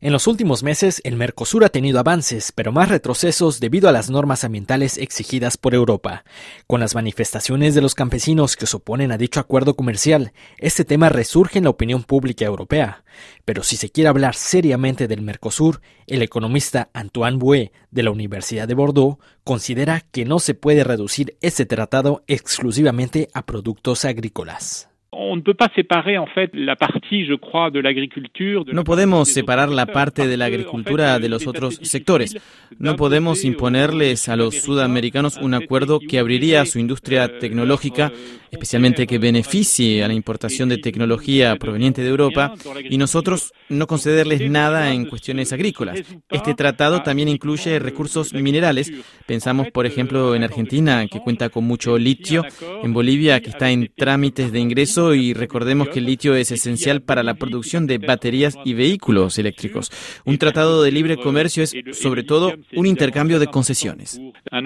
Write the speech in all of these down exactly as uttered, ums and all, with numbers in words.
En los últimos meses, el Mercosur ha tenido avances, pero más retrocesos debido a las normas ambientales exigidas por Europa. Con las manifestaciones de los campesinos que se oponen a dicho acuerdo comercial, este tema resurge en la opinión pública europea. Pero si se quiere hablar seriamente del Mercosur, el economista Antoine Bouet, de la Universidad de Bordeaux, considera que no se puede reducir este tratado exclusivamente a productos agrícolas. No podemos separar la parte de la agricultura de los otros sectores. No podemos imponerles a los sudamericanos un acuerdo que abriría su industria tecnológica, especialmente que beneficie a la importación de tecnología proveniente de Europa, y nosotros no concederles nada en cuestiones agrícolas. Este tratado también incluye recursos minerales. Pensamos, por ejemplo, en Argentina, que cuenta con mucho litio, en Bolivia, que está en trámites de ingreso, y recordemos que el litio es esencial para la producción de baterías y vehículos eléctricos. Un tratado de libre comercio es, sobre todo, un intercambio de concesiones.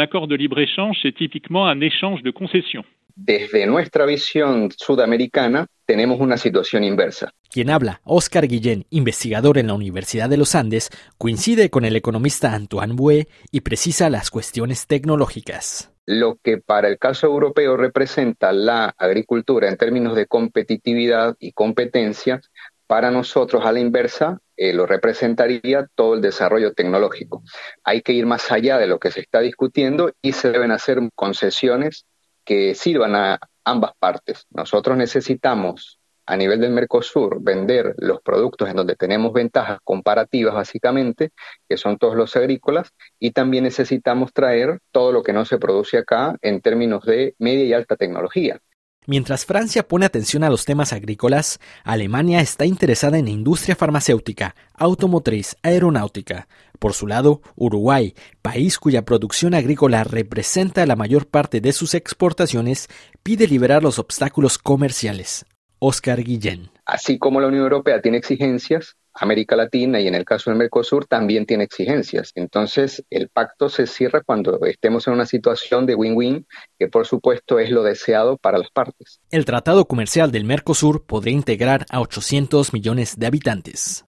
Desde nuestra visión sudamericana, tenemos una situación inversa. Quien habla, Óscar Guillén, investigador en la Universidad de los Andes, coincide con el economista Antoine Bouet y precisa las cuestiones tecnológicas. Lo que para el caso europeo representa la agricultura en términos de competitividad y competencia, para nosotros a la inversa eh, lo representaría todo el desarrollo tecnológico. Hay que ir más allá de lo que se está discutiendo y se deben hacer concesiones que sirvan a ambas partes. Nosotros necesitamos, a nivel del Mercosur, vender los productos en donde tenemos ventajas comparativas básicamente, que son todos los agrícolas, y también necesitamos traer todo lo que no se produce acá en términos de media y alta tecnología. Mientras Francia pone atención a los temas agrícolas, Alemania está interesada en industria farmacéutica, automotriz, aeronáutica. Por su lado, Uruguay, país cuya producción agrícola representa la mayor parte de sus exportaciones, pide liberar los obstáculos comerciales. Óscar Guillén. Así como la Unión Europea tiene exigencias, América Latina y en el caso del Mercosur también tiene exigencias. Entonces, el pacto se cierra cuando estemos en una situación de win-win, que por supuesto es lo deseado para las partes. El Tratado Comercial del Mercosur podría integrar a ochocientos millones de habitantes.